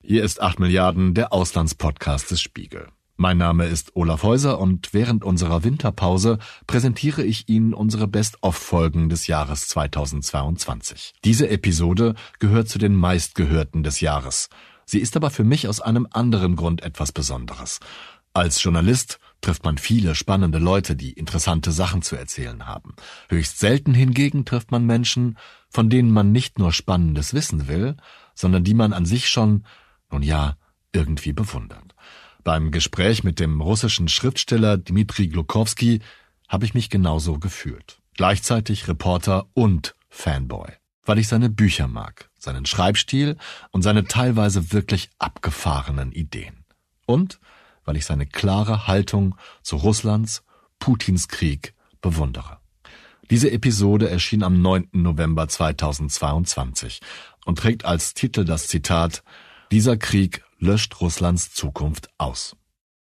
Hier ist 8 Milliarden, der Auslandspodcast des Spiegel. Mein Name ist Olaf Häuser und während unserer Winterpause präsentiere ich Ihnen unsere Best-of-Folgen des Jahres 2022. Diese Episode gehört zu den meistgehörten des Jahres. Sie ist aber für mich aus einem anderen Grund etwas Besonderes. Als Journalist trifft man viele spannende Leute, die interessante Sachen zu erzählen haben. Höchst selten hingegen trifft man Menschen, von denen man nicht nur Spannendes wissen will, sondern die man an sich schon, irgendwie bewundert. Beim Gespräch mit dem russischen Schriftsteller Dmitri Glukhovsky habe ich mich genauso gefühlt. Gleichzeitig Reporter und Fanboy. Weil ich seine Bücher mag, seinen Schreibstil und seine teilweise wirklich abgefahrenen Ideen. Und weil ich seine klare Haltung zu Russlands, Putins Krieg bewundere. Diese Episode erschien am 9. November 2022 und trägt als Titel das Zitat: Dieser Krieg löscht Russlands Zukunft aus.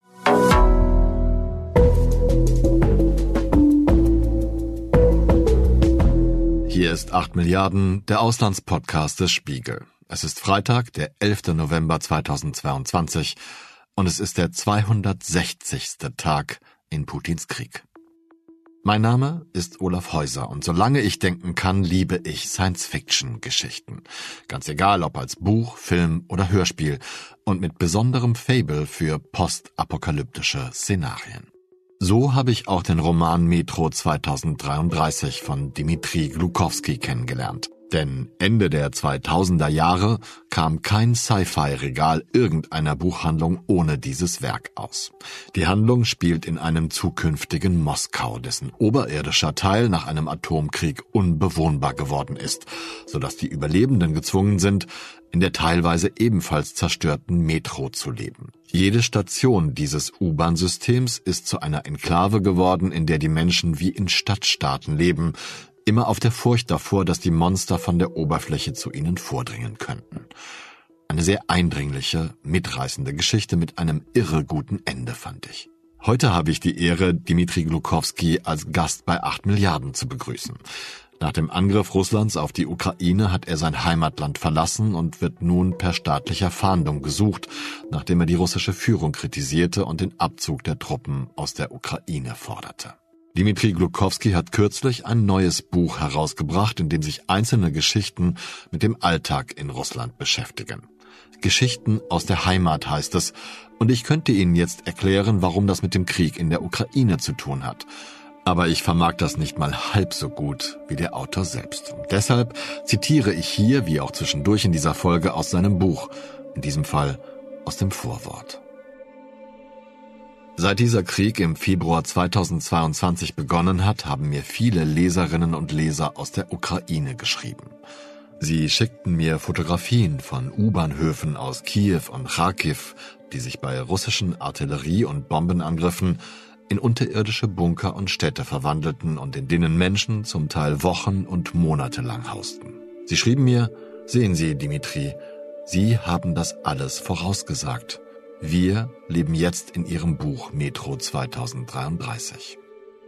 Hier ist 8 Milliarden, der Auslandspodcast des Spiegel. Es ist Freitag, der 11. November 2022 und es ist der 260. Tag in Putins Krieg. Mein Name ist Olaf Häuser und solange ich denken kann, liebe ich Science-Fiction-Geschichten. Ganz egal, ob als Buch, Film oder Hörspiel und mit besonderem Faible für postapokalyptische Szenarien. So habe ich auch den Roman Metro 2033 von Dmitri Glukhovsky kennengelernt. Denn Ende der 2000er Jahre kam kein Sci-Fi-Regal irgendeiner Buchhandlung ohne dieses Werk aus. Die Handlung spielt in einem zukünftigen Moskau, dessen oberirdischer Teil nach einem Atomkrieg unbewohnbar geworden ist, sodass die Überlebenden gezwungen sind, in der teilweise ebenfalls zerstörten Metro zu leben. Jede Station dieses U-Bahn-Systems ist zu einer Enklave geworden, in der die Menschen wie in Stadtstaaten leben, immer auf der Furcht davor, dass die Monster von der Oberfläche zu ihnen vordringen könnten. Eine sehr eindringliche, mitreißende Geschichte mit einem irre guten Ende, fand ich. Heute habe ich die Ehre, Dmitri Glukhovsky als Gast bei 8 Milliarden zu begrüßen. Nach dem Angriff Russlands auf die Ukraine hat er sein Heimatland verlassen und wird nun per staatlicher Fahndung gesucht, nachdem er die russische Führung kritisierte und den Abzug der Truppen aus der Ukraine forderte. Dmitri Glukhovsky hat kürzlich ein neues Buch herausgebracht, in dem sich einzelne Geschichten mit dem Alltag in Russland beschäftigen. Geschichten aus der Heimat heißt es, und ich könnte Ihnen jetzt erklären, warum das mit dem Krieg in der Ukraine zu tun hat. Aber ich vermag das nicht mal halb so gut wie der Autor selbst. Und deshalb zitiere ich hier, wie auch zwischendurch in dieser Folge, aus seinem Buch, in diesem Fall aus dem Vorwort. Seit dieser Krieg im Februar 2022 begonnen hat, haben mir viele Leserinnen und Leser aus der Ukraine geschrieben. Sie schickten mir Fotografien von U-Bahnhöfen aus Kiew und Charkiw, die sich bei russischen Artillerie- und Bombenangriffen in unterirdische Bunker und Städte verwandelten und in denen Menschen zum Teil Wochen und Monate lang hausten. Sie schrieben mir: Sehen Sie, Dmitri, Sie haben das alles vorausgesagt. Wir leben jetzt in Ihrem Buch Metro 2033.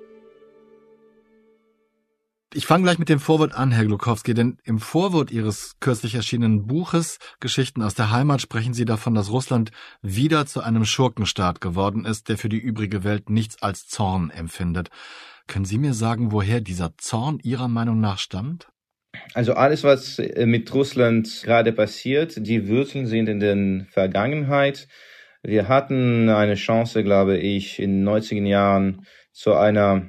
Ich fange gleich mit dem Vorwort an, Herr Glukhovsky, denn im Vorwort Ihres kürzlich erschienenen Buches Geschichten aus der Heimat sprechen Sie davon, dass Russland wieder zu einem Schurkenstaat geworden ist, der für die übrige Welt nichts als Zorn empfindet. Können Sie mir sagen, woher dieser Zorn Ihrer Meinung nach stammt? Also alles, was mit Russland gerade passiert, die Wurzeln sind in der Vergangenheit. Wir hatten eine Chance, glaube ich, in den 90er Jahren zu einer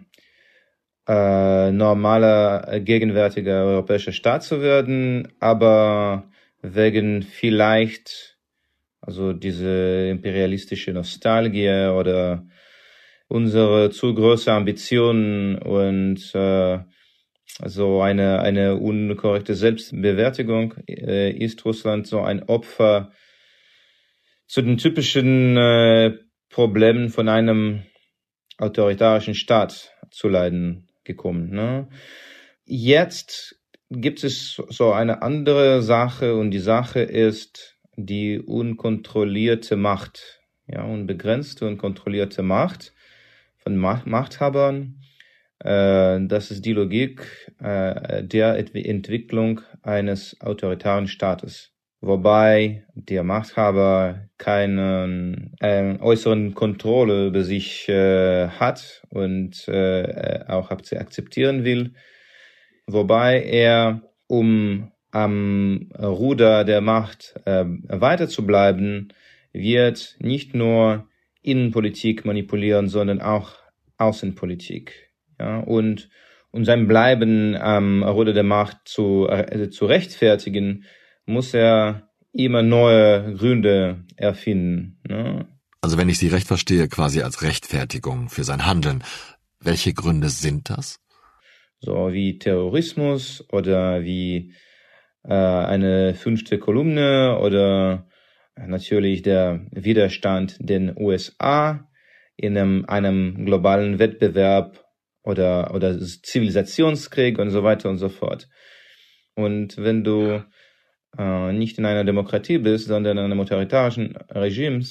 normaler, gegenwärtiger europäischer Staat zu werden, aber wegen vielleicht, also diese imperialistische Nostalgie oder unsere zu große Ambitionen und so eine unkorrekte Selbstbewertung ist Russland so ein Opfer zu den typischen Problemen von einem autoritarischen Staat zu leiden gekommen. Ne? Jetzt gibt es so eine andere Sache und die Sache ist die unkontrollierte Macht, ja, unbegrenzte und kontrollierte Macht von Machthabern. Das ist die Logik der Entwicklung eines autoritären Staates. wobei der Machthaber keine äußeren Kontrolle über sich hat und auch akzeptieren will, wobei er, um am Ruder der Macht weiter zu bleiben, wird nicht nur Innenpolitik manipulieren, sondern auch Außenpolitik. Ja, und um sein Bleiben am Ruder der Macht zu rechtfertigen, muss er immer neue Gründe erfinden. Ne? Also wenn ich Sie recht verstehe, quasi als Rechtfertigung für sein Handeln. Welche Gründe sind das? So wie Terrorismus oder wie eine 5. Kolumne oder natürlich der Widerstand den USA in einem globalen Wettbewerb oder Zivilisationskrieg und so weiter und so fort. Und wenn du nicht in einer Demokratie bist, sondern in einem autoritarischen Regime,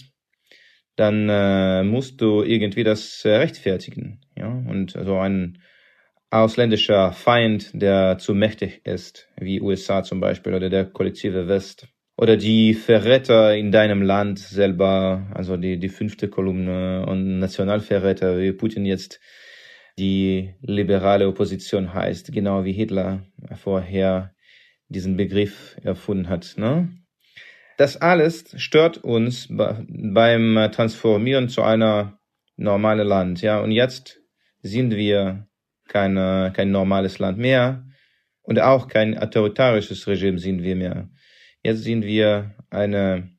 dann musst du irgendwie das rechtfertigen. Ja? Und so ein ausländischer Feind, der zu mächtig ist, wie USA zum Beispiel oder der kollektive West. Oder die Verräter in deinem Land selber, also die 5. Kolumne und Nationalverräter, wie Putin jetzt die liberale Opposition heißt, genau wie Hitler vorher diesen Begriff erfunden hat. Ne? Das alles stört uns beim Transformieren zu einer normalen Land. Ja? Und jetzt sind wir kein normales Land mehr und auch kein autoritarisches Regime sind wir mehr. Jetzt sind wir eine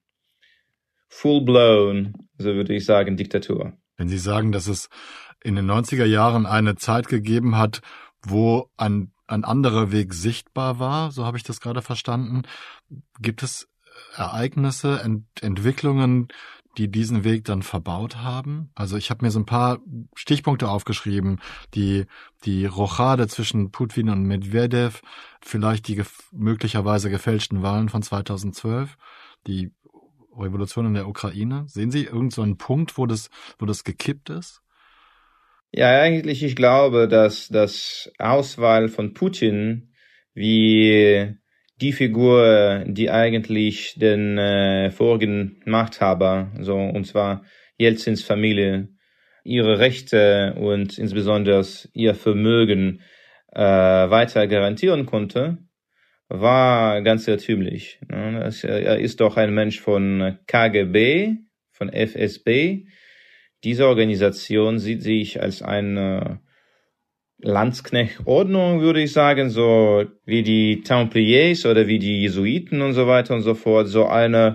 full-blown, so würde ich sagen, Diktatur. Wenn Sie sagen, dass es in den 90er Jahren eine Zeit gegeben hat, wo ein anderer Weg sichtbar war, so habe ich das gerade verstanden, gibt es Ereignisse, Entwicklungen, die diesen Weg dann verbaut haben? Also ich habe mir so ein paar Stichpunkte aufgeschrieben, die Rochade zwischen Putin und Medvedev, vielleicht die möglicherweise gefälschten Wahlen von 2012, die Revolution in der Ukraine. Sehen Sie irgend so einen Punkt, wo das gekippt ist? Ja, eigentlich, ich glaube, dass das Auswahl von Putin wie die Figur, die eigentlich den vorigen Machthaber, so und zwar Jelzins Familie, ihre Rechte und insbesondere ihr Vermögen weiter garantieren konnte, war ganz irrtümlich. Er ist doch ein Mensch von KGB, von FSB. Diese Organisation sieht sich als eine Landsknechtordnung, würde ich sagen, so wie die Templiers oder wie die Jesuiten und so weiter und so fort, so eine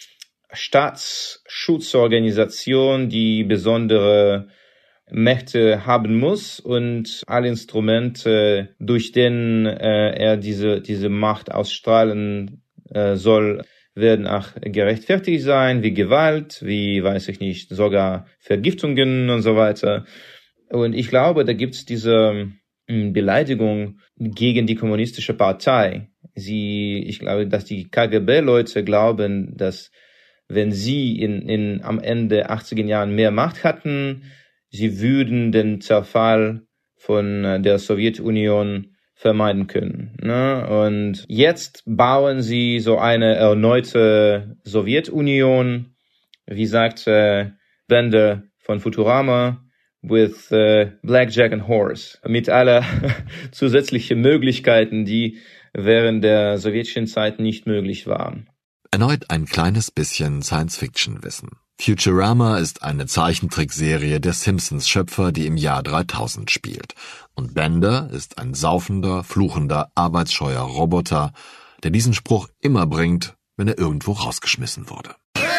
Staatsschutzorganisation, die besondere Mächte haben muss und alle Instrumente, durch denen er diese Macht ausstrahlen soll, werden auch gerechtfertigt sein, wie Gewalt, wie, weiß ich nicht, sogar Vergiftungen und so weiter. Und ich glaube, da gibt's diese Beleidigung gegen die kommunistische Partei. Ich glaube, dass die KGB-Leute glauben, dass wenn sie am Ende 80er Jahren mehr Macht hatten, sie würden den Zerfall von der Sowjetunion vermeiden können. Ne? Und jetzt bauen sie so eine erneute Sowjetunion, wie sagt Bender von Futurama, with Blackjack and Horse, mit aller zusätzlichen Möglichkeiten, die während der sowjetischen Zeit nicht möglich waren. Erneut ein kleines bisschen Science-Fiction-Wissen. Futurama ist eine Zeichentrickserie der Simpsons-Schöpfer, die im Jahr 3000 spielt. Und Bender ist ein saufender, fluchender, arbeitsscheuer Roboter, der diesen Spruch immer bringt, wenn er irgendwo rausgeschmissen wurde.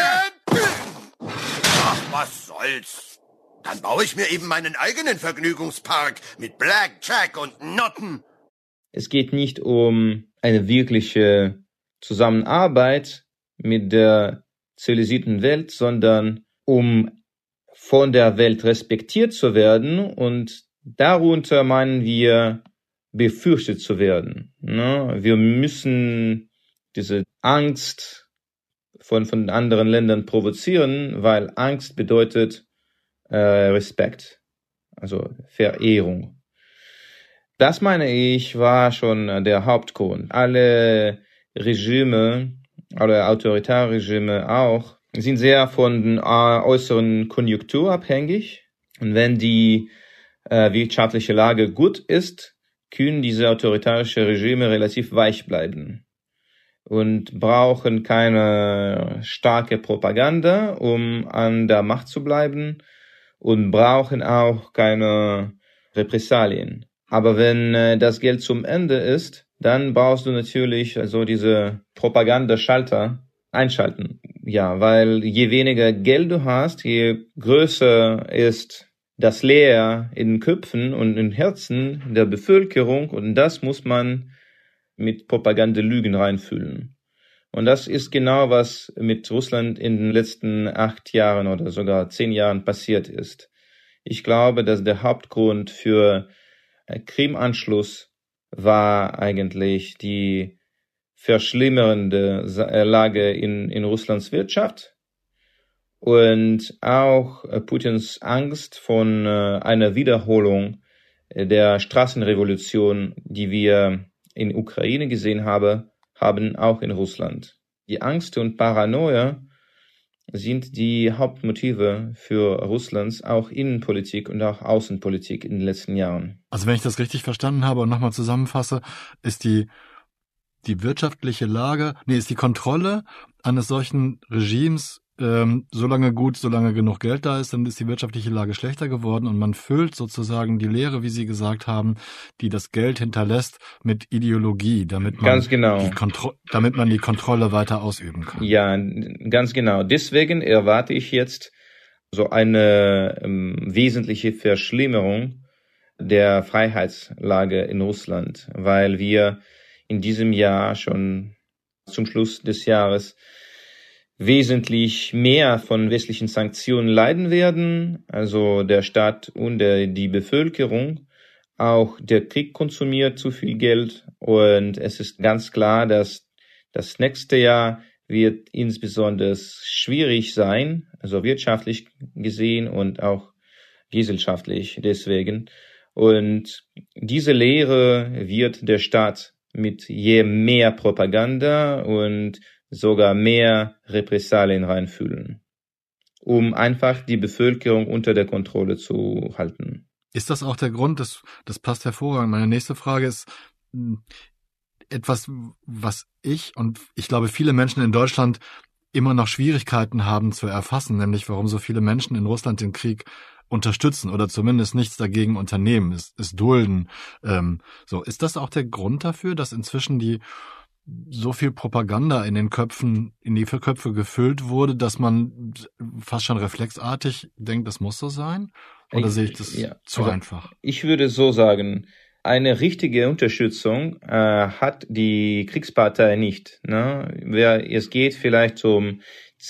Ach, was soll's? Dann baue ich mir eben meinen eigenen Vergnügungspark mit Blackjack und Noten. Es geht nicht um eine wirkliche Zusammenarbeit mit der zivilisierten Welt, sondern um von der Welt respektiert zu werden, und darunter meinen wir befürchtet zu werden. Ne? Wir müssen diese Angst von anderen Ländern provozieren, weil Angst bedeutet Respekt, also Verehrung. Das, meine ich, war schon der Hauptgrund. Alle Regime oder autoritäre Regime auch, sind sehr von den äußeren Konjunktur abhängig. Und wenn die wirtschaftliche Lage gut ist, können diese autoritären Regime relativ weich bleiben und brauchen keine starke Propaganda, um an der Macht zu bleiben, und brauchen auch keine Repressalien. Aber wenn das Geld zum Ende ist, dann brauchst du natürlich also diese Propagandaschalter einschalten. Ja, weil je weniger Geld du hast, je größer ist das Leer in den Köpfen und in den Herzen der Bevölkerung, und das muss man mit Propagandalügen reinfüllen. Und das ist genau, was mit Russland in den letzten 8 Jahren oder sogar 10 Jahren passiert ist. Ich glaube, dass der Hauptgrund für Krimanschluss war eigentlich die verschlimmernde Lage in Russlands Wirtschaft und auch Putins Angst von einer Wiederholung der Straßenrevolution, die wir in Ukraine gesehen haben auch in Russland. Die Angst und Paranoia sind die Hauptmotive für Russlands auch Innenpolitik und auch Außenpolitik in den letzten Jahren. Also wenn ich das richtig verstanden habe und nochmal zusammenfasse, ist die wirtschaftliche Lage, ist die Kontrolle eines solchen Regimes solange genug Geld da ist, dann ist die wirtschaftliche Lage schlechter geworden und man füllt sozusagen die Leere, wie Sie gesagt haben, die das Geld hinterlässt, mit Ideologie, damit man damit man die Kontrolle weiter ausüben kann. Ja, ganz genau. Deswegen erwarte ich jetzt so eine wesentliche Verschlimmerung der Freiheitslage in Russland, weil wir in diesem Jahr schon zum Schluss des Jahres wesentlich mehr von westlichen Sanktionen leiden werden, also der Staat und die Bevölkerung. Auch der Krieg konsumiert zu viel Geld und es ist ganz klar, dass das nächste Jahr wird insbesondere schwierig sein, also wirtschaftlich gesehen und auch gesellschaftlich deswegen. Und diese Lehre wird der Staat mit je mehr Propaganda und sogar mehr Repressalien reinfühlen, um einfach die Bevölkerung unter der Kontrolle zu halten. Ist das auch der Grund, das passt hervorragend. Meine nächste Frage ist etwas, was ich glaube viele Menschen in Deutschland immer noch Schwierigkeiten haben zu erfassen, nämlich warum so viele Menschen in Russland den Krieg unterstützen oder zumindest nichts dagegen unternehmen, es dulden. Ist das auch der Grund dafür, dass inzwischen so viel Propaganda in die Köpfe gefüllt wurde, dass man fast schon reflexartig denkt, das muss so sein? Oder sehe ich das zu einfach? Ich würde so sagen, eine richtige Unterstützung hat die Kriegspartei nicht. Ne? Es geht vielleicht um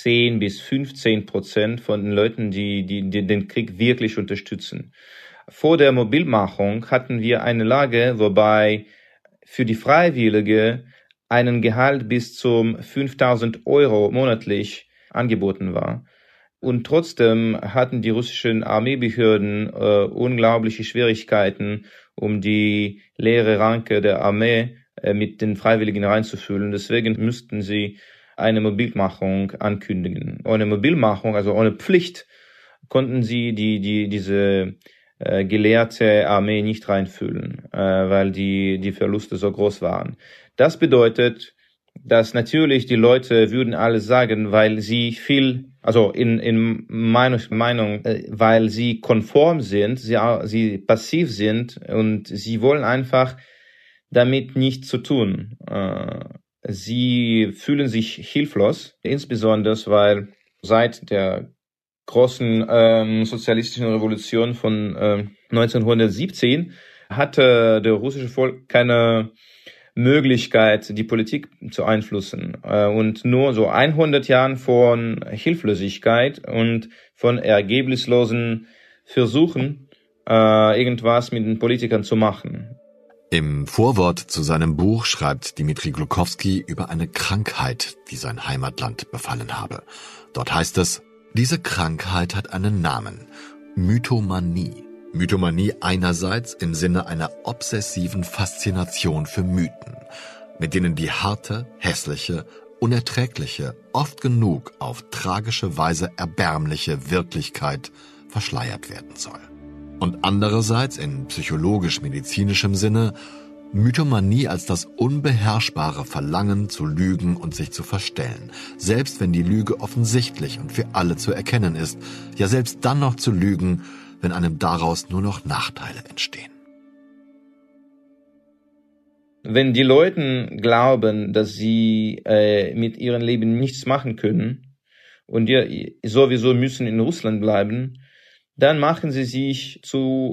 10-15% von den Leuten, die den Krieg wirklich unterstützen. Vor der Mobilmachung hatten wir eine Lage, wobei für die Freiwillige einen Gehalt bis zum 5.000 € monatlich angeboten war. Und trotzdem hatten die russischen Armeebehörden unglaubliche Schwierigkeiten, um die leere Ranke der Armee mit den Freiwilligen reinzufüllen. Deswegen müssten sie eine Mobilmachung ankündigen. Ohne Mobilmachung, also ohne Pflicht, konnten sie diese gelehrte Armee nicht reinfüllen, weil die Verluste so groß waren. Das bedeutet, dass natürlich die Leute würden alles sagen, weil sie in meiner Meinung, weil sie konform sind, sie passiv sind und sie wollen einfach damit nichts zu tun. Sie fühlen sich hilflos, insbesondere weil seit der großen sozialistischen Revolution von 1917 hatte der russische Volk keine Möglichkeit, die Politik zu beeinflussen. Und nur so 100 Jahren von Hilflosigkeit und von ergebnislosen Versuchen, irgendwas mit den Politikern zu machen. Im Vorwort zu seinem Buch schreibt Dmitri Glukowski über eine Krankheit, die sein Heimatland befallen habe. Dort heißt es, diese Krankheit hat einen Namen: Mythomanie. Mythomanie einerseits im Sinne einer obsessiven Faszination für Mythen, mit denen die harte, hässliche unerträgliche, oft genug auf tragische Weise erbärmliche Wirklichkeit verschleiert werden soll. Und andererseits in psychologisch-medizinischem Sinne Mythomanie als das unbeherrschbare Verlangen zu lügen und sich zu verstellen, selbst wenn die Lüge offensichtlich und für alle zu erkennen ist, ja selbst dann noch zu lügen, wenn einem daraus nur noch Nachteile entstehen. Wenn die Leute glauben, dass sie mit ihrem Leben nichts machen können und die sowieso müssen in Russland bleiben, dann machen sie sich zu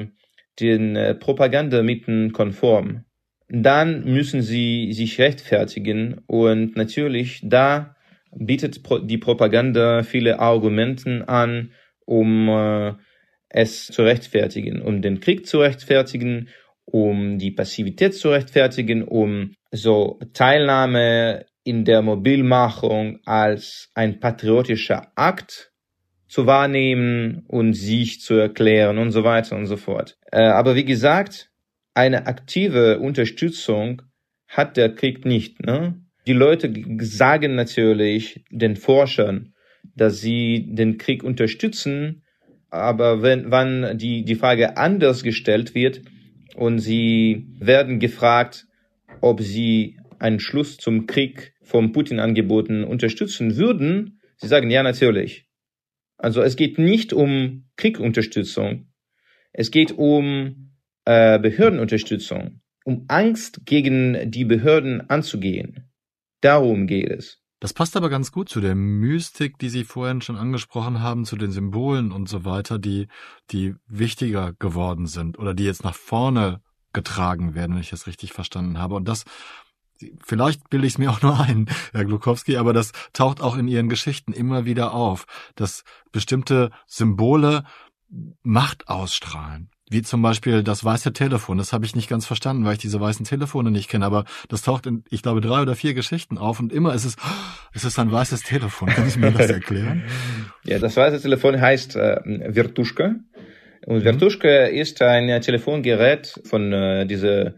den Propagandamitteln konform. Dann müssen sie sich rechtfertigen und natürlich da bietet die Propaganda viele Argumente an, um es zu rechtfertigen, um den Krieg zu rechtfertigen, um die Passivität zu rechtfertigen, um so Teilnahme in der Mobilmachung als ein patriotischer Akt zu wahrnehmen und sich zu erklären und so weiter und so fort. Aber wie gesagt, eine aktive Unterstützung hat der Krieg nicht, ne? Die Leute sagen natürlich den Forschern, dass sie den Krieg unterstützen, aber wann die Frage anders gestellt wird und sie werden gefragt, ob sie einen Schluss zum Krieg vom Putin-Angeboten unterstützen würden, sie sagen ja, natürlich. Also es geht nicht um Kriegsunterstützung, es geht um Behördenunterstützung, um Angst gegen die Behörden anzugehen. Darum geht es. Das passt aber ganz gut zu der Mystik, die Sie vorhin schon angesprochen haben, zu den Symbolen und so weiter, die wichtiger geworden sind oder die jetzt nach vorne getragen werden, wenn ich das richtig verstanden habe. Und das, vielleicht bilde ich es mir auch nur ein, Herr Glukowski, aber das taucht auch in Ihren Geschichten immer wieder auf, dass bestimmte Symbole Macht ausstrahlen. Wie zum Beispiel das weiße Telefon. Das habe ich nicht ganz verstanden, weil ich diese weißen Telefone nicht kenne. Aber das taucht in, ich glaube, 3 oder 4 Geschichten auf. Und immer ist es ein weißes Telefon. Können Sie mir das erklären? Ja, das weiße Telefon heißt Vertuschka. Und Vertuschka ist ein Telefongerät von dieser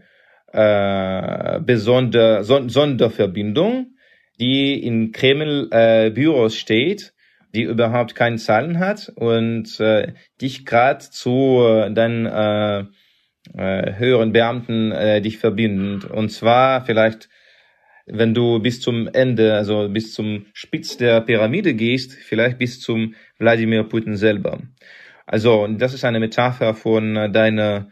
Sonderverbindung, die in Kreml Büros steht, die überhaupt keine Zahlen hat und dich gerade zu deinen höheren Beamten dich verbindet. Und zwar vielleicht, wenn du bis zum Ende, also bis zum Spitz der Pyramide gehst, vielleicht bis zum Wladimir Putin selber. Also das ist eine Metapher von deiner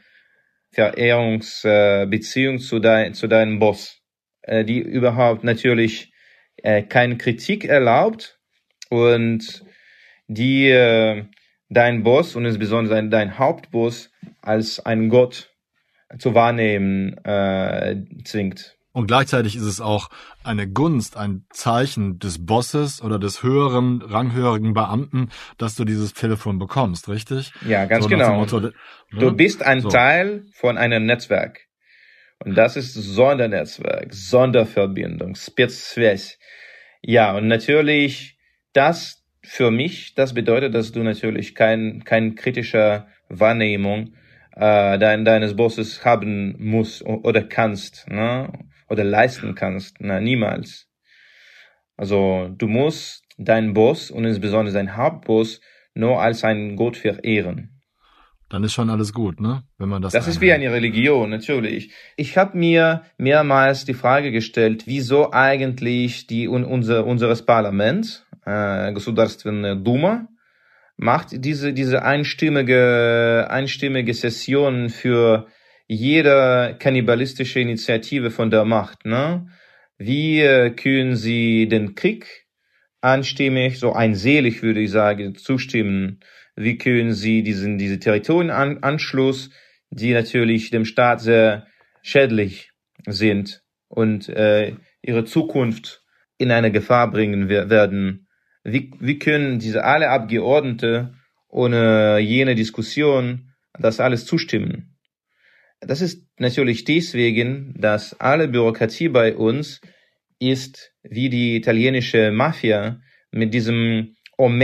Verehrungsbeziehung zu deinem Boss, die überhaupt natürlich keine Kritik erlaubt und die dein Boss und insbesondere dein Hauptboss als ein Gott zu wahrnehmen zwingt. Und gleichzeitig ist es auch eine Gunst, ein Zeichen des Bosses oder des ranghöheren Beamten, dass du dieses Telefon bekommst, richtig? Ja, ganz genau. Motto, ne? Du bist ein Teil von einem Netzwerk. Und das ist Sondernetzwerk, Sonderverbindung, Spezsvязь. Ja, und natürlich, das für mich, das bedeutet, dass du natürlich kein kritischer Wahrnehmung deines Bosses haben musst oder kannst, ne? Oder leisten kannst. Na, niemals. Also du musst deinen Boss und insbesondere deinen Hauptboss nur als einen Gott verehren. Dann ist schon alles gut, ne? Wenn man das ist wie eine Religion, natürlich. Ich habe mir mehrmals die Frage gestellt, wieso eigentlich unseres Parlament, Государственная Дума, macht diese einstimmige Session für jede kannibalistische Initiative von der Macht, ne? Wie können sie den Krieg einstimmig, so einselig würde ich sagen, zustimmen? Wie können sie diese Territorienanschluss, die natürlich dem Staat sehr schädlich sind und ihre Zukunft in eine Gefahr bringen werden? Wie können diese alle Abgeordnete ohne jene Diskussion das alles zustimmen? Das ist natürlich deswegen, dass alle Bürokratie bei uns ist wie die italienische Mafia mit diesem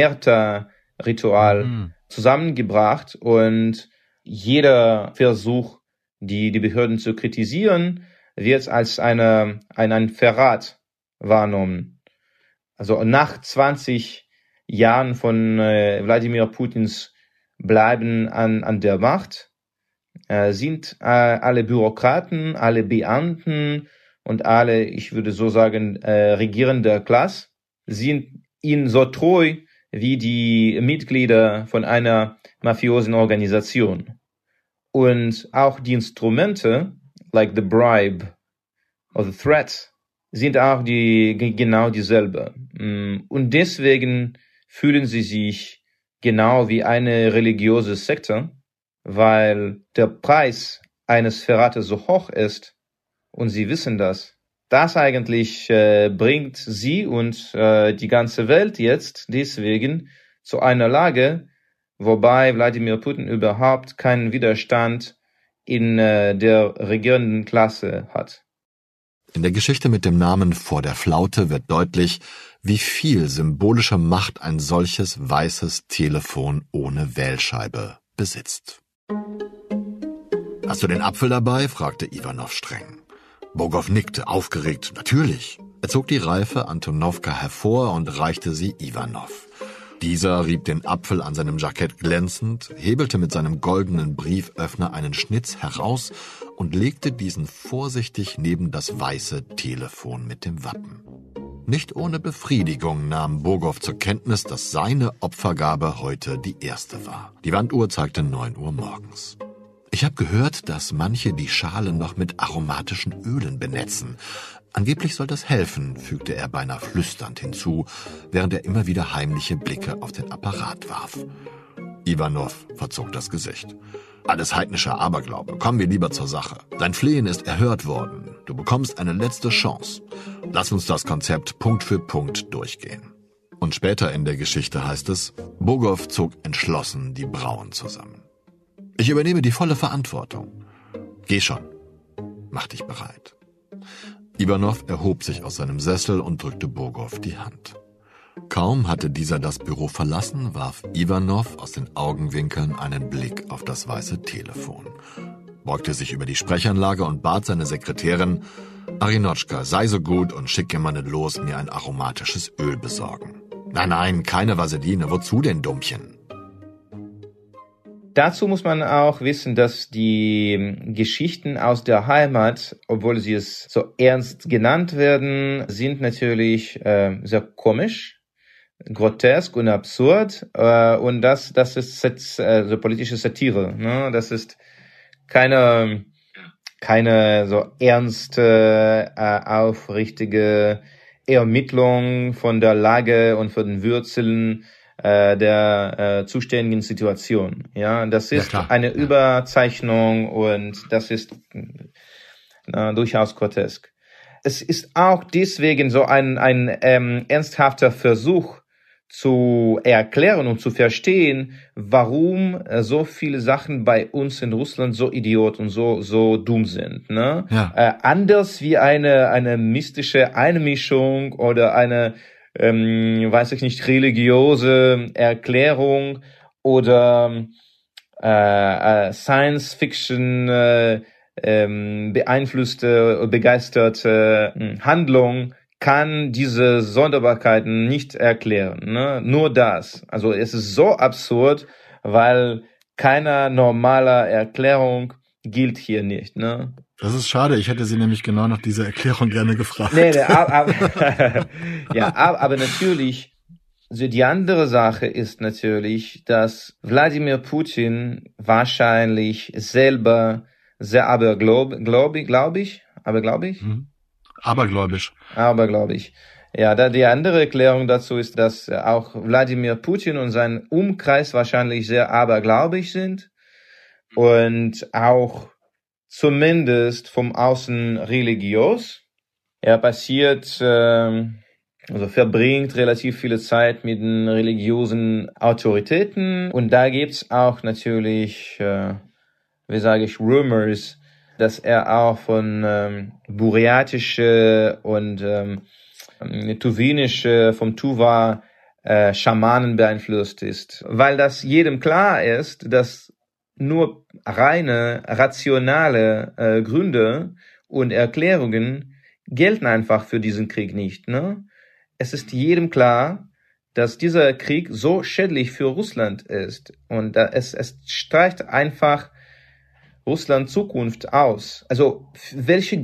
Omerta-Ritual zusammengebracht und jeder Versuch, die Behörden zu kritisieren, wird als ein Verrat wahrgenommen. Also nach 20 Jahren von Wladimir Putins Bleiben an der Macht, sind alle Bürokraten, alle Beamten und alle, ich würde so sagen, regierende Klasse, sind ihnen so treu wie die Mitglieder von einer mafiosen Organisation. Und auch die Instrumente, like the bribe or the threat, sind auch genau dieselbe. Und deswegen fühlen sie sich genau wie eine religiöse Sekte, weil der Preis eines Verrates so hoch ist und sie wissen das. Das eigentlich bringt sie und die ganze Welt jetzt deswegen zu einer Lage, wobei Wladimir Putin überhaupt keinen Widerstand in der regierenden Klasse hat. In der Geschichte mit dem Namen Vor der Flaute wird deutlich, wie viel symbolische Macht ein solches weißes Telefon ohne Wählscheibe besitzt. »Hast du den Apfel dabei?« fragte Iwanow streng. Bogow nickte, aufgeregt. »Natürlich.« Er zog die reife Antonowka hervor und reichte sie Iwanow. Dieser rieb den Apfel an seinem Jackett glänzend, hebelte mit seinem goldenen Brieföffner einen Schnitz heraus und legte diesen vorsichtig neben das weiße Telefon mit dem Wappen. Nicht ohne Befriedigung nahm Bogow zur Kenntnis, dass seine Opfergabe heute die erste war. Die Wanduhr zeigte 9 Uhr morgens. »Ich habe gehört, dass manche die Schale noch mit aromatischen Ölen benetzen. Angeblich soll das helfen«, fügte er beinahe flüsternd hinzu, während er immer wieder heimliche Blicke auf den Apparat warf. Iwanow verzog das Gesicht. »Alles heidnischer Aberglaube. Kommen wir lieber zur Sache. Dein Flehen ist erhört worden. Du bekommst eine letzte Chance. Lass uns das Konzept Punkt für Punkt durchgehen.« Und später in der Geschichte heißt es, Bogow zog entschlossen die Brauen zusammen. »Ich übernehme die volle Verantwortung. Geh schon. Mach dich bereit.« Iwanow erhob sich aus seinem Sessel und drückte Bogow die Hand. Kaum hatte dieser das Büro verlassen, warf Iwanow aus den Augenwinkeln einen Blick auf das weiße Telefon, beugte sich über die Sprechanlage und bat seine Sekretärin, »Arinotschka, sei so gut und schick jemanden los, mir ein aromatisches Öl besorgen.« »Nein, keine Vaseline, wozu denn, Dummchen?« Dazu muss man auch wissen, dass die Geschichten aus der Heimat, obwohl sie es so ernst genannt werden, sind natürlich sehr komisch, grotesk und absurd. Und das ist jetzt so politische Satire. Ne? Das ist keine so ernste, aufrichtige Ermittlung von der Lage und von den Wurzeln der zuständigen Situation. Ja, das ist eine Überzeichnung und das ist durchaus grotesk. Es ist auch deswegen so ein ernsthafter Versuch zu erklären und zu verstehen, warum so viele Sachen bei uns in Russland so idiot und so dumm sind. Ne? Ja. Anders wie eine mystische Einmischung oder eine weiß ich nicht, religiöse Erklärung oder Science-Fiction beeinflusste, begeisterte Handlung kann diese Sonderbarkeiten nicht erklären. Ne? Nur das. Also es ist so absurd, weil keine normale Erklärung gilt hier nicht. Ne? Das ist schade, ich hätte Sie nämlich genau nach dieser Erklärung gerne gefragt. Aber natürlich, also die andere Sache ist natürlich, dass Wladimir Putin wahrscheinlich selber sehr abergläubisch. Abergläubisch. Ja, die andere Erklärung dazu ist, dass auch Wladimir Putin und sein Umkreis wahrscheinlich sehr abergläubisch sind und auch zumindest vom Außen religiös. Er verbringt relativ viele Zeit mit den religiösen Autoritäten und da gibt's auch natürlich, Rumors, dass er auch von buryatische und tuwinische, vom Tuva Schamanen beeinflusst ist. Weil das jedem klar ist, dass nur reine, rationale Gründe und Erklärungen gelten einfach für diesen Krieg nicht, ne? Es ist jedem klar, dass dieser Krieg so schädlich für Russland ist und es streicht einfach Russland Zukunft aus. Also welche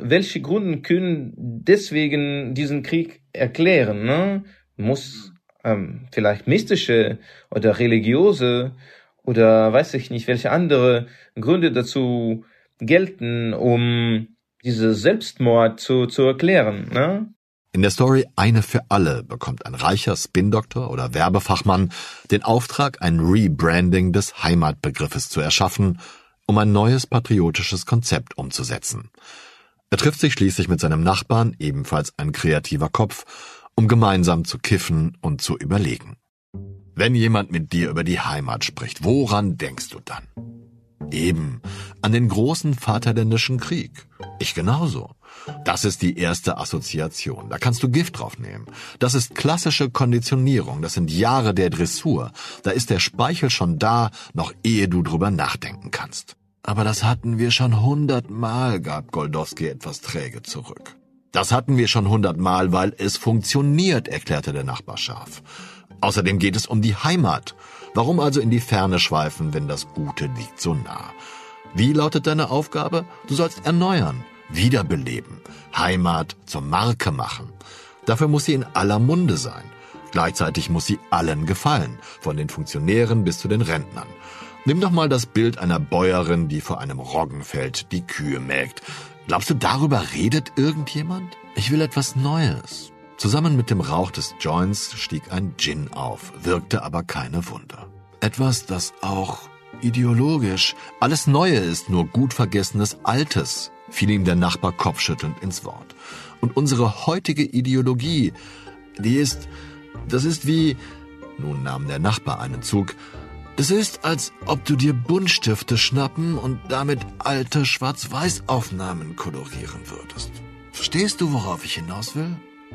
Gründe können deswegen diesen Krieg erklären? Ne? Muss vielleicht mystische oder religiöse oder weiß ich nicht, welche andere Gründe dazu gelten, um diese Selbstmord zu erklären. Ne? In der Story Eine für alle bekommt ein reicher Spin-Doktor oder Werbefachmann den Auftrag, ein Rebranding des Heimatbegriffes zu erschaffen, um ein neues patriotisches Konzept umzusetzen. Er trifft sich schließlich mit seinem Nachbarn, ebenfalls ein kreativer Kopf, um gemeinsam zu kiffen und zu überlegen. Wenn jemand mit dir über die Heimat spricht, woran denkst du dann? Eben, an den großen Vaterländischen Krieg. Ich genauso. Das ist die erste Assoziation. Da kannst du Gift drauf nehmen. Das ist klassische Konditionierung. Das sind Jahre der Dressur. Da ist der Speichel schon da, noch ehe du drüber nachdenken kannst. Aber das hatten wir schon 100-mal, gab Goldowski etwas träge zurück. Das hatten wir schon 100-mal, weil es funktioniert, erklärte der Nachbar scharf. Außerdem geht es um die Heimat. Warum also in die Ferne schweifen, wenn das Gute liegt so nah? Wie lautet deine Aufgabe? Du sollst erneuern, wiederbeleben, Heimat zur Marke machen. Dafür muss sie in aller Munde sein. Gleichzeitig muss sie allen gefallen, von den Funktionären bis zu den Rentnern. Nimm doch mal das Bild einer Bäuerin, die vor einem Roggenfeld die Kühe melkt. Glaubst du, darüber redet irgendjemand? Ich will etwas Neues. Zusammen mit dem Rauch des Joints stieg ein Gin auf, wirkte aber keine Wunder. Etwas, das auch ideologisch alles Neue ist, nur gut vergessenes Altes, fiel ihm der Nachbar kopfschüttelnd ins Wort. Und unsere heutige Ideologie, das ist wie, nun nahm der Nachbar einen Zug, es ist, als ob du dir Buntstifte schnappen und damit alte Schwarz-Weiß-Aufnahmen kolorieren würdest. Verstehst du, worauf ich hinaus will?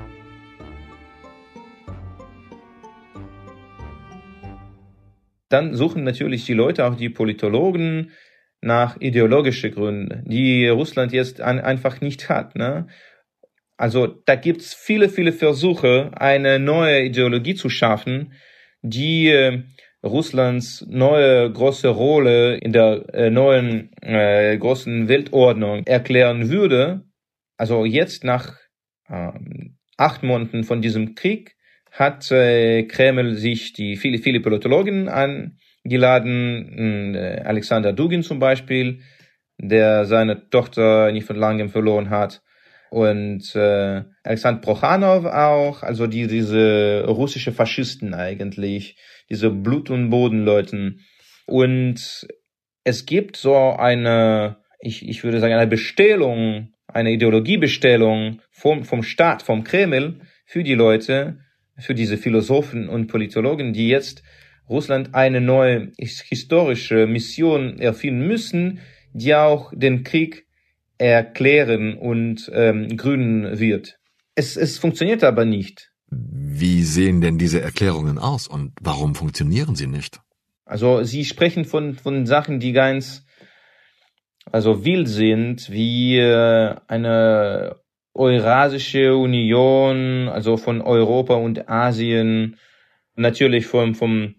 Dann suchen natürlich die Leute, auch die Politologen, nach ideologischen Gründen, die Russland jetzt einfach nicht hat. Ne? Also da gibt's viele, viele Versuche, eine neue Ideologie zu schaffen, die Russlands neue große Rolle in der neuen großen Weltordnung erklären würde. Also jetzt nach 8 Monaten von diesem Krieg hat Kreml sich die viele Politologen eingeladen, Alexander Dugin zum Beispiel, der seine Tochter nicht von langem verloren hat, und Alexander Prochanow auch, also diese russische Faschisten eigentlich, diese Blut- und Bodenleuten. Und es gibt so eine, ich würde sagen, eine Bestellung, eine Ideologiebestellung vom Staat, vom Kreml für die Leute, für diese Philosophen und Politologen, die jetzt Russland eine neue historische Mission erfinden müssen, die auch den Krieg erklären und gründen wird. Es funktioniert aber nicht. Wie sehen denn diese Erklärungen aus und warum funktionieren sie nicht? Also sie sprechen von Sachen, die ganz wild sind, wie eine Eurasische Union, also von Europa und Asien, natürlich vom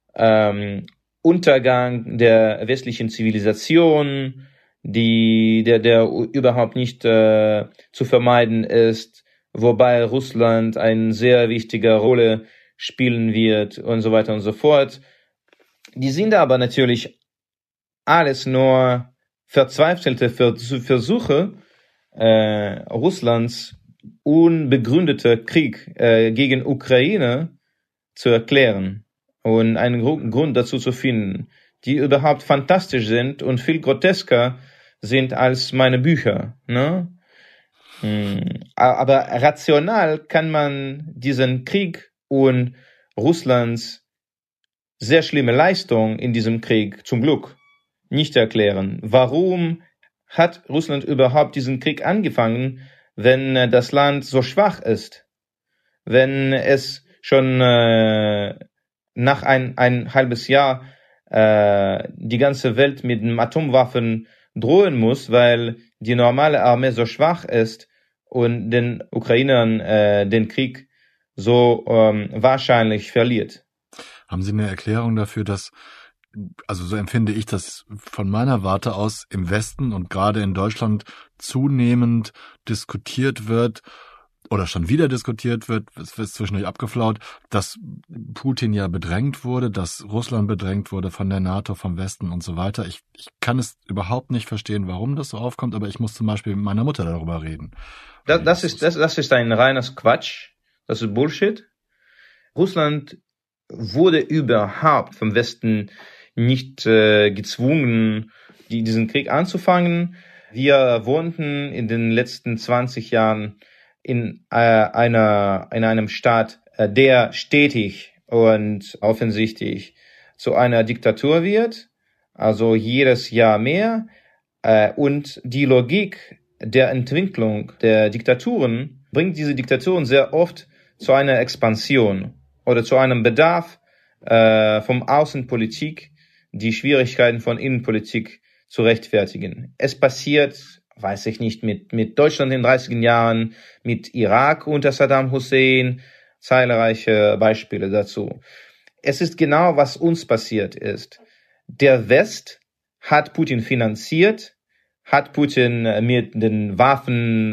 Untergang der westlichen Zivilisation, der überhaupt nicht zu vermeiden ist, wobei Russland eine sehr wichtige Rolle spielen wird und so weiter und so fort. Die sind aber natürlich alles nur verzweifelte Versuche, Russlands unbegründeter Krieg gegen Ukraine zu erklären und einen Grund dazu zu finden, die überhaupt fantastisch sind und viel grotesker sind als meine Bücher. Ne? Aber rational kann man diesen Krieg und Russlands sehr schlimme Leistung in diesem Krieg zum Glück nicht erklären. Warum hat Russland überhaupt diesen Krieg angefangen, wenn das Land so schwach ist? Wenn es schon nach ein halbes Jahr die ganze Welt mit Atomwaffen drohen muss, weil die normale Armee so schwach ist und den Ukrainern den Krieg so wahrscheinlich verliert. Haben Sie eine Erklärung dafür, dass, also so empfinde ich das von meiner Warte aus, im Westen und gerade in Deutschland zunehmend diskutiert wird oder schon wieder diskutiert wird, es wird zwischendurch abgeflaut, dass Putin ja bedrängt wurde, dass Russland bedrängt wurde von der NATO, vom Westen und so weiter. Ich kann es überhaupt nicht verstehen, warum das so aufkommt, aber ich muss zum Beispiel mit meiner Mutter darüber reden. Das ist ein reines Quatsch. Das ist Bullshit. Russland wurde überhaupt vom Westen nicht gezwungen, diesen Krieg anzufangen. Wir wohnten in den letzten 20 Jahren in einem Staat, der stetig und offensichtlich zu einer Diktatur wird, also jedes Jahr mehr. Und die Logik der Entwicklung der Diktaturen bringt diese Diktaturen sehr oft zu einer Expansion oder zu einem Bedarf vom Außenpolitik, die Schwierigkeiten von Innenpolitik zu rechtfertigen. Es passiert, weiß ich nicht, mit Deutschland in den 30er Jahren, mit Irak unter Saddam Hussein, zahlreiche Beispiele dazu. Es ist genau, was uns passiert ist. Der West hat Putin finanziert, hat Putin mit den Waffen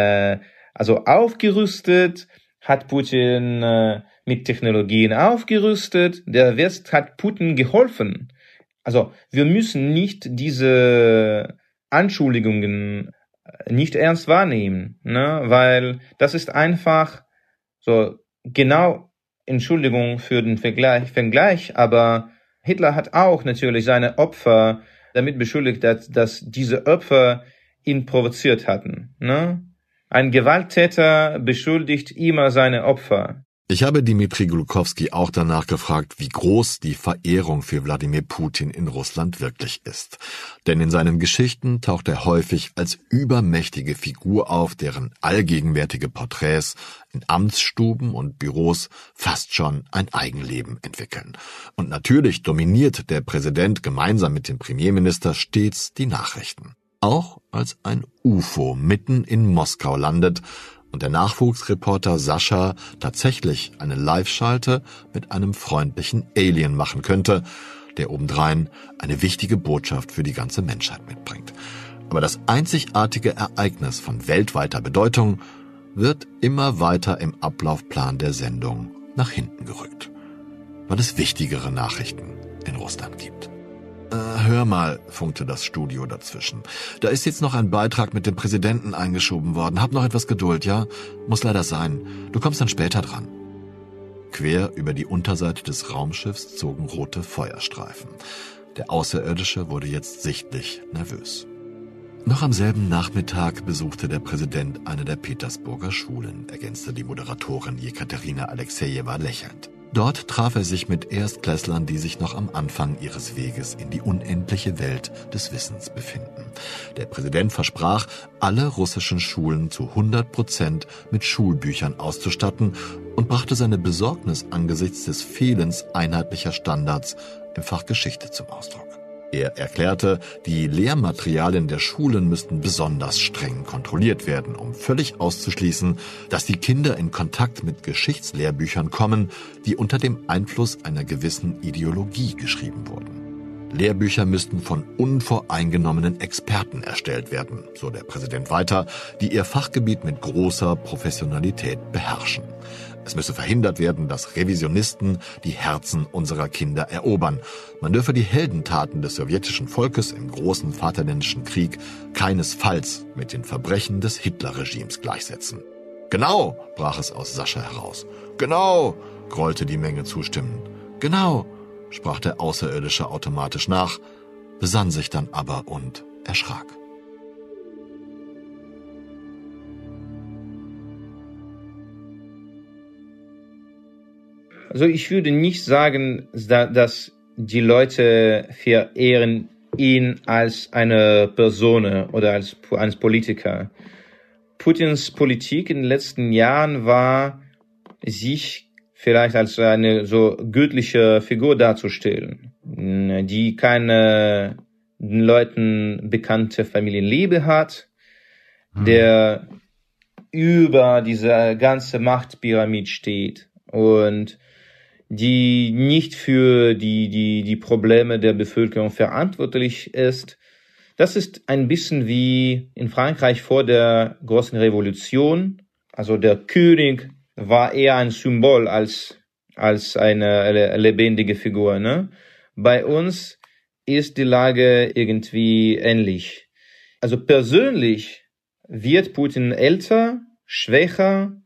aufgerüstet, hat Putin mit Technologien aufgerüstet. Der West hat Putin geholfen. Also wir müssen nicht diese Anschuldigungen nicht ernst wahrnehmen, ne? Weil das ist einfach so genau Entschuldigung für den Vergleich, aber Hitler hat auch natürlich seine Opfer damit beschuldigt, dass diese Opfer ihn provoziert hatten, ne? Ein Gewalttäter beschuldigt immer seine Opfer. Ich habe Dmitri Glukowski auch danach gefragt, wie groß die Verehrung für Wladimir Putin in Russland wirklich ist. Denn in seinen Geschichten taucht er häufig als übermächtige Figur auf, deren allgegenwärtige Porträts in Amtsstuben und Büros fast schon ein Eigenleben entwickeln. Und natürlich dominiert der Präsident gemeinsam mit dem Premierminister stets die Nachrichten. Auch als ein UFO mitten in Moskau landet und der Nachwuchsreporter Sascha tatsächlich eine Live-Schalte mit einem freundlichen Alien machen könnte, der obendrein eine wichtige Botschaft für die ganze Menschheit mitbringt. Aber das einzigartige Ereignis von weltweiter Bedeutung wird immer weiter im Ablaufplan der Sendung nach hinten gerückt, weil es wichtigere Nachrichten in Russland gibt. Hör mal, funkte das Studio dazwischen. Da ist jetzt noch ein Beitrag mit dem Präsidenten eingeschoben worden. Hab noch etwas Geduld, ja? Muss leider sein. Du kommst dann später dran. Quer über die Unterseite des Raumschiffs zogen rote Feuerstreifen. Der Außerirdische wurde jetzt sichtlich nervös. Noch am selben Nachmittag besuchte der Präsident eine der Petersburger Schulen, ergänzte die Moderatorin Jekaterina Alexejeva lächelnd. Dort traf er sich mit Erstklässlern, die sich noch am Anfang ihres Weges in die unendliche Welt des Wissens befinden. Der Präsident versprach, alle russischen Schulen zu 100% mit Schulbüchern auszustatten und brachte seine Besorgnis angesichts des Fehlens einheitlicher Standards im Fach Geschichte zum Ausdruck. Er erklärte, die Lehrmaterialien der Schulen müssten besonders streng kontrolliert werden, um völlig auszuschließen, dass die Kinder in Kontakt mit Geschichtslehrbüchern kommen, die unter dem Einfluss einer gewissen Ideologie geschrieben wurden. Lehrbücher müssten von unvoreingenommenen Experten erstellt werden, so der Präsident weiter, die ihr Fachgebiet mit großer Professionalität beherrschen. Es müsse verhindert werden, dass Revisionisten die Herzen unserer Kinder erobern. Man dürfe die Heldentaten des sowjetischen Volkes im großen Vaterländischen Krieg keinesfalls mit den Verbrechen des Hitlerregimes gleichsetzen. Genau, brach es aus Sascha heraus. Genau, grollte die Menge zustimmend. Genau, sprach der Außerirdische automatisch nach, besann sich dann aber und erschrak. Also ich würde nicht sagen, dass die Leute verehren ihn als eine Person oder als Politiker. Putins Politik in den letzten Jahren war, sich vielleicht als eine so göttliche Figur darzustellen, die keine den Leuten bekannte Familienliebe hat, der über diese ganze Machtpyramide steht und die nicht für die Probleme der Bevölkerung verantwortlich ist. Das ist ein bisschen wie in Frankreich vor der großen Revolution. Also der König war eher ein Symbol als eine lebendige Figur, ne? Bei uns ist die Lage irgendwie ähnlich. Also persönlich wird Putin älter, schwächer,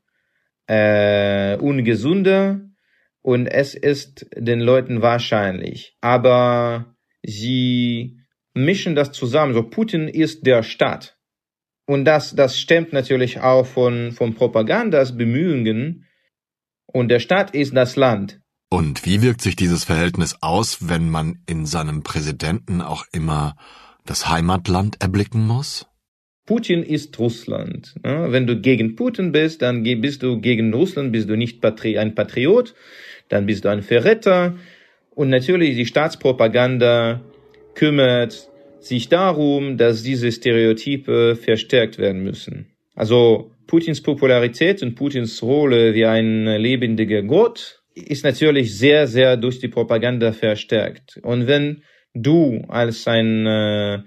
ungesunder und es ist den Leuten wahrscheinlich. Aber sie mischen das zusammen. So, Putin ist der Staat. Und das stammt natürlich auch von Propagandasbemühungen. Und der Staat ist das Land. Und wie wirkt sich dieses Verhältnis aus, wenn man in seinem Präsidenten auch immer das Heimatland erblicken muss? Putin ist Russland. Wenn du gegen Putin bist, dann bist du gegen Russland, bist du nicht ein Patriot, dann bist du ein Verräter. Und natürlich die Staatspropaganda kümmert sich darum, dass diese Stereotype verstärkt werden müssen. Also Putins Popularität und Putins Rolle wie ein lebendiger Gott ist natürlich sehr, sehr durch die Propaganda verstärkt. Und wenn du als ein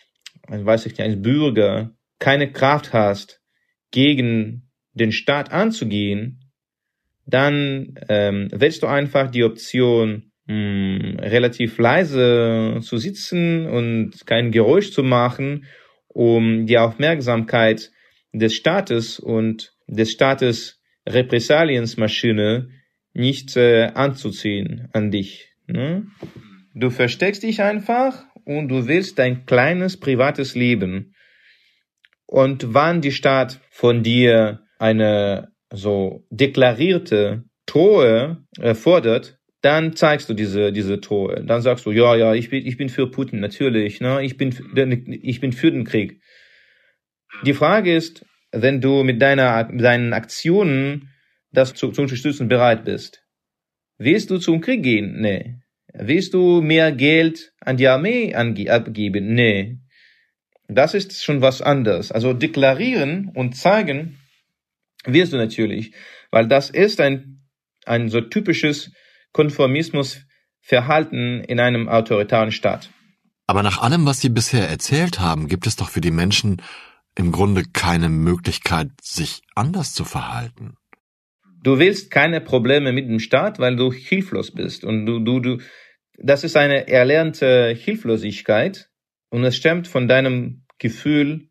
Bürger keine Kraft hast, gegen den Staat anzugehen, dann wählst du einfach die Option, relativ leise zu sitzen und kein Geräusch zu machen, um die Aufmerksamkeit des Staates und des Staates Repressaliensmaschine nicht anzuziehen an dich. Ne? Du versteckst dich einfach und du willst dein kleines privates Leben. Und wann die Staat von dir eine so deklarierte Treue fordert, dann zeigst du diese Treue. Dann sagst du, ja, ich bin für Putin, natürlich, ne? Ich bin für den Krieg. Die Frage ist, wenn du mit deinen Aktionen das zu unterstützen bereit bist. Willst du zum Krieg gehen? Nee. Willst du mehr Geld an die Armee abgeben? Nee. Das ist schon was anderes. Also deklarieren und zeigen wirst du natürlich, weil das ist ein so typisches Konformismusverhalten in einem autoritären Staat. Aber nach allem, was Sie bisher erzählt haben, gibt es doch für die Menschen im Grunde keine Möglichkeit, sich anders zu verhalten. Du willst keine Probleme mit dem Staat, weil du hilflos bist. Und das ist eine erlernte Hilflosigkeit und es stammt von deinem Gefühl,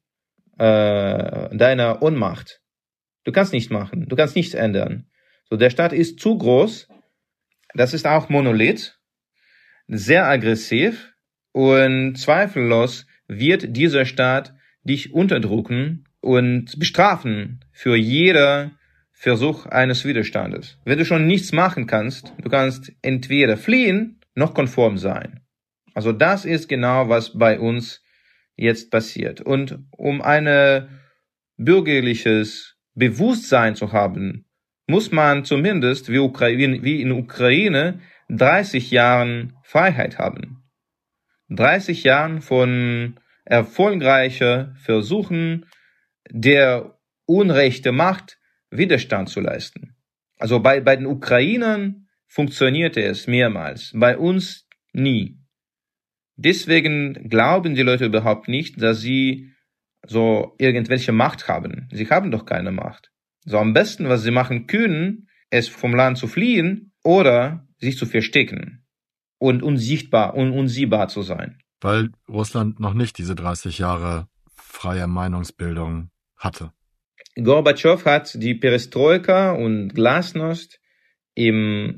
deiner Ohnmacht. Du kannst nichts machen, du kannst nichts ändern. So, der Staat ist zu groß, das ist auch Monolith, sehr aggressiv und zweifellos wird dieser Staat dich unterdrücken und bestrafen für jeder Versuch eines Widerstandes. Wenn du schon nichts machen kannst, du kannst entweder fliehen, noch konform sein. Also das ist genau, was bei uns jetzt passiert. Und um ein bürgerliches Bewusstsein zu haben, muss man zumindest wie in Ukraine 30 Jahren Freiheit haben. 30 Jahren von erfolgreicher Versuchen der unrechte Macht Widerstand zu leisten. Also bei den Ukrainern funktionierte es mehrmals, bei uns nie. Deswegen glauben die Leute überhaupt nicht, dass sie so irgendwelche Macht haben. Sie haben doch keine Macht. So am besten, was sie machen können, ist vom Land zu fliehen oder sich zu verstecken und unsichtbar und unsehbar zu sein. Weil Russland noch nicht diese 30 Jahre freie Meinungsbildung hatte. Gorbatschow hat die Perestroika und Glasnost in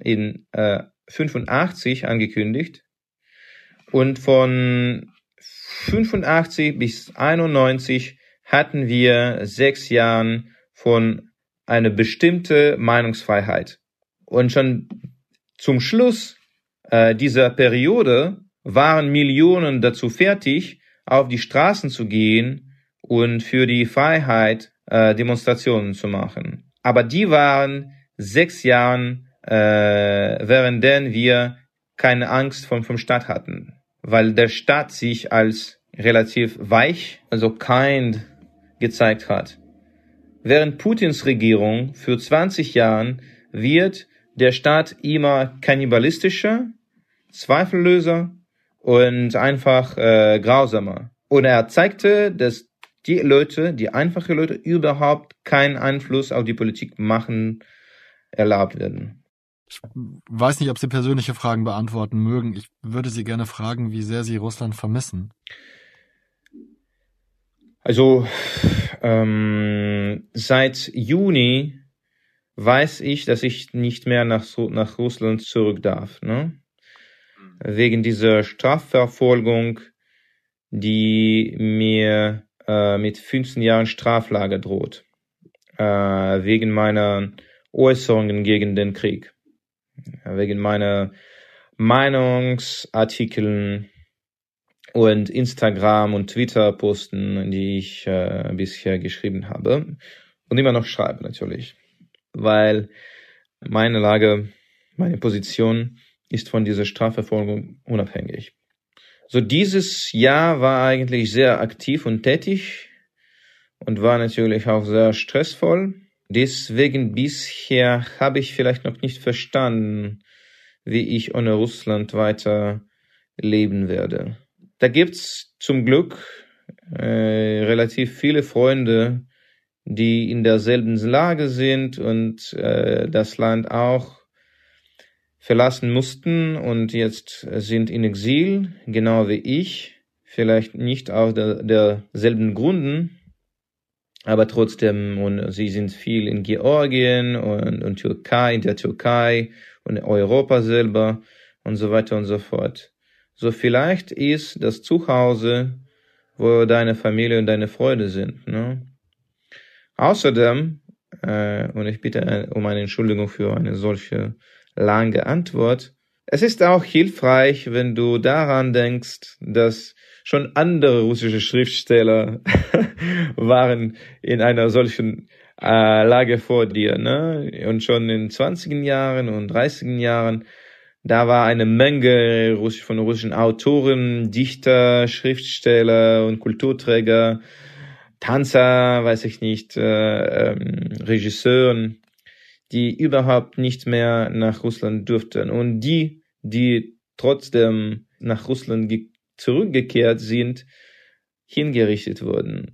85 angekündigt und von 85 bis 91 hatten wir 6 Jahre von einer bestimmten Meinungsfreiheit. Und schon zum Schluss dieser Periode waren Millionen dazu fertig, auf die Straßen zu gehen und für die Freiheit Demonstrationen zu machen. Aber die waren 6 Jahre, während wir keine Angst vom Staat hatten, weil der Staat sich als relativ weich, also kind gezeigt hat. während Putins Regierung für 20 Jahren wird der Staat immer kannibalistischer, zweifelloser und einfach grausamer. Und er zeigte, dass die einfachen Leute überhaupt keinen Einfluss auf die Politik machen erlaubt werden. Ich weiß nicht, ob Sie persönliche Fragen beantworten mögen. Ich würde Sie gerne fragen, wie sehr Sie Russland vermissen. Also seit Juni weiß ich, dass ich nicht mehr nach Russland zurück darf, ne? Wegen dieser Strafverfolgung, die mir mit 15 Jahren Straflager droht. Wegen meiner Äußerungen gegen den Krieg. Wegen meiner Meinungsartikeln und Instagram- und Twitter-Posten, die ich bisher geschrieben habe und immer noch schreibe natürlich, weil meine Lage, meine Position ist von dieser Strafverfolgung unabhängig. So dieses Jahr war eigentlich sehr aktiv und tätig und war natürlich auch sehr stressvoll. Deswegen bisher habe ich vielleicht noch nicht verstanden, wie ich ohne Russland weiter leben werde. Da gibt's zum Glück relativ viele Freunde, die in derselben Lage sind und das Land auch verlassen mussten und jetzt sind in Exil, genau wie ich, vielleicht nicht aus derselben Gründen, aber trotzdem, und sie sind viel in Georgien und Türkei, in der Türkei und Europa selber und so weiter und so fort. So vielleicht ist das Zuhause, wo deine Familie und deine Freunde sind, ne? Außerdem, und ich bitte um eine Entschuldigung für eine solche lange Antwort, es ist auch hilfreich, wenn du daran denkst, dass schon andere russische Schriftsteller waren in einer solchen Lage vor dir, ne? Und schon in den 20er Jahren und 30er Jahren, da war eine Menge von russischen Autoren, Dichter, Schriftsteller und Kulturträger, Tänzer, weiß ich nicht, Regisseuren, die überhaupt nicht mehr nach Russland durften. Und die trotzdem nach Russland zurückgekehrt sind, hingerichtet wurden.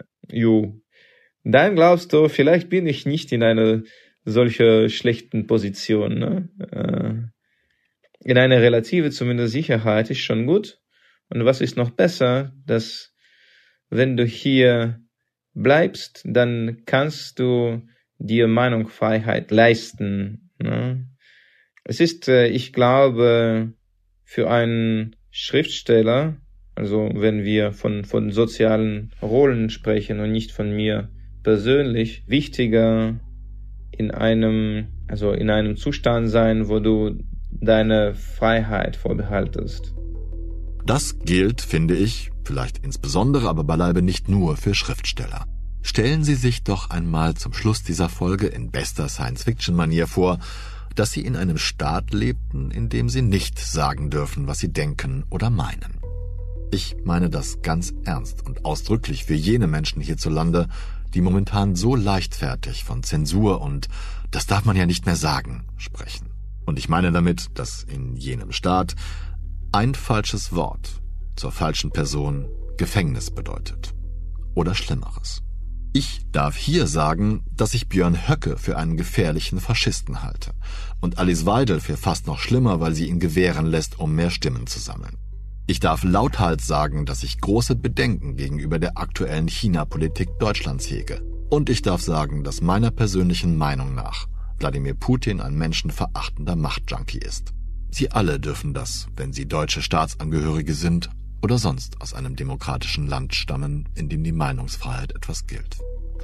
Dann glaubst du, vielleicht bin ich nicht in einer solcher schlechten Position, ne? In einer relative zumindest Sicherheit ist schon gut. Und was ist noch besser, dass wenn du hier bleibst, dann kannst du dir Meinungsfreiheit leisten, ne? Es ist, ich glaube, für einen Schriftsteller, also wenn wir von sozialen Rollen sprechen und nicht von mir persönlich, wichtiger in einem Zustand sein, wo du deine Freiheit vorbehaltest. Das gilt, finde ich, vielleicht insbesondere, aber beileibe nicht nur für Schriftsteller. Stellen Sie sich doch einmal zum Schluss dieser Folge in bester Science-Fiction-Manier vor, dass Sie in einem Staat lebten, in dem Sie nicht sagen dürfen, was Sie denken oder meinen. Ich meine das ganz ernst und ausdrücklich für jene Menschen hierzulande, die momentan so leichtfertig von Zensur und "das darf man ja nicht mehr sagen" sprechen. Und ich meine damit, dass in jenem Staat ein falsches Wort zur falschen Person Gefängnis bedeutet. Oder Schlimmeres. Ich darf hier sagen, dass ich Björn Höcke für einen gefährlichen Faschisten halte und Alice Weidel für fast noch schlimmer, weil sie ihn gewähren lässt, um mehr Stimmen zu sammeln. Ich darf lauthals sagen, dass ich große Bedenken gegenüber der aktuellen China-Politik Deutschlands hege. Und ich darf sagen, dass meiner persönlichen Meinung nach Wladimir Putin ein menschenverachtender Machtjunkie ist. Sie alle dürfen das, wenn sie deutsche Staatsangehörige sind oder sonst aus einem demokratischen Land stammen, in dem die Meinungsfreiheit etwas gilt.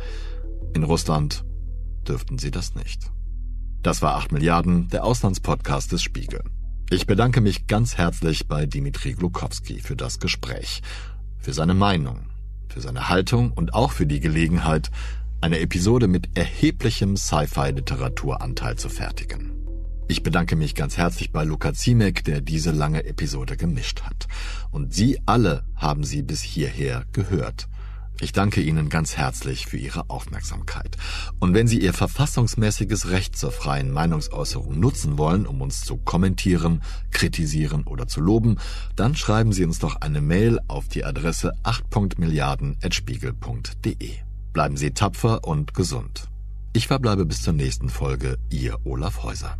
In Russland dürften sie das nicht. Das war 8 Milliarden, der Auslandspodcast des Spiegel. Ich bedanke mich ganz herzlich bei Dimitri Glukowski für das Gespräch, für seine Meinung, für seine Haltung und auch für die Gelegenheit, eine Episode mit erheblichem Sci-Fi-Literaturanteil zu fertigen. Ich bedanke mich ganz herzlich bei Luca Ziemek, der diese lange Episode gemischt hat. Und Sie alle haben sie bis hierher gehört. Ich danke Ihnen ganz herzlich für Ihre Aufmerksamkeit. Und wenn Sie Ihr verfassungsmäßiges Recht zur freien Meinungsäußerung nutzen wollen, um uns zu kommentieren, kritisieren oder zu loben, dann schreiben Sie uns doch eine Mail auf die Adresse 8.milliarden@spiegel.de. Bleiben Sie tapfer und gesund. Ich verbleibe bis zur nächsten Folge, Ihr Olaf Häuser.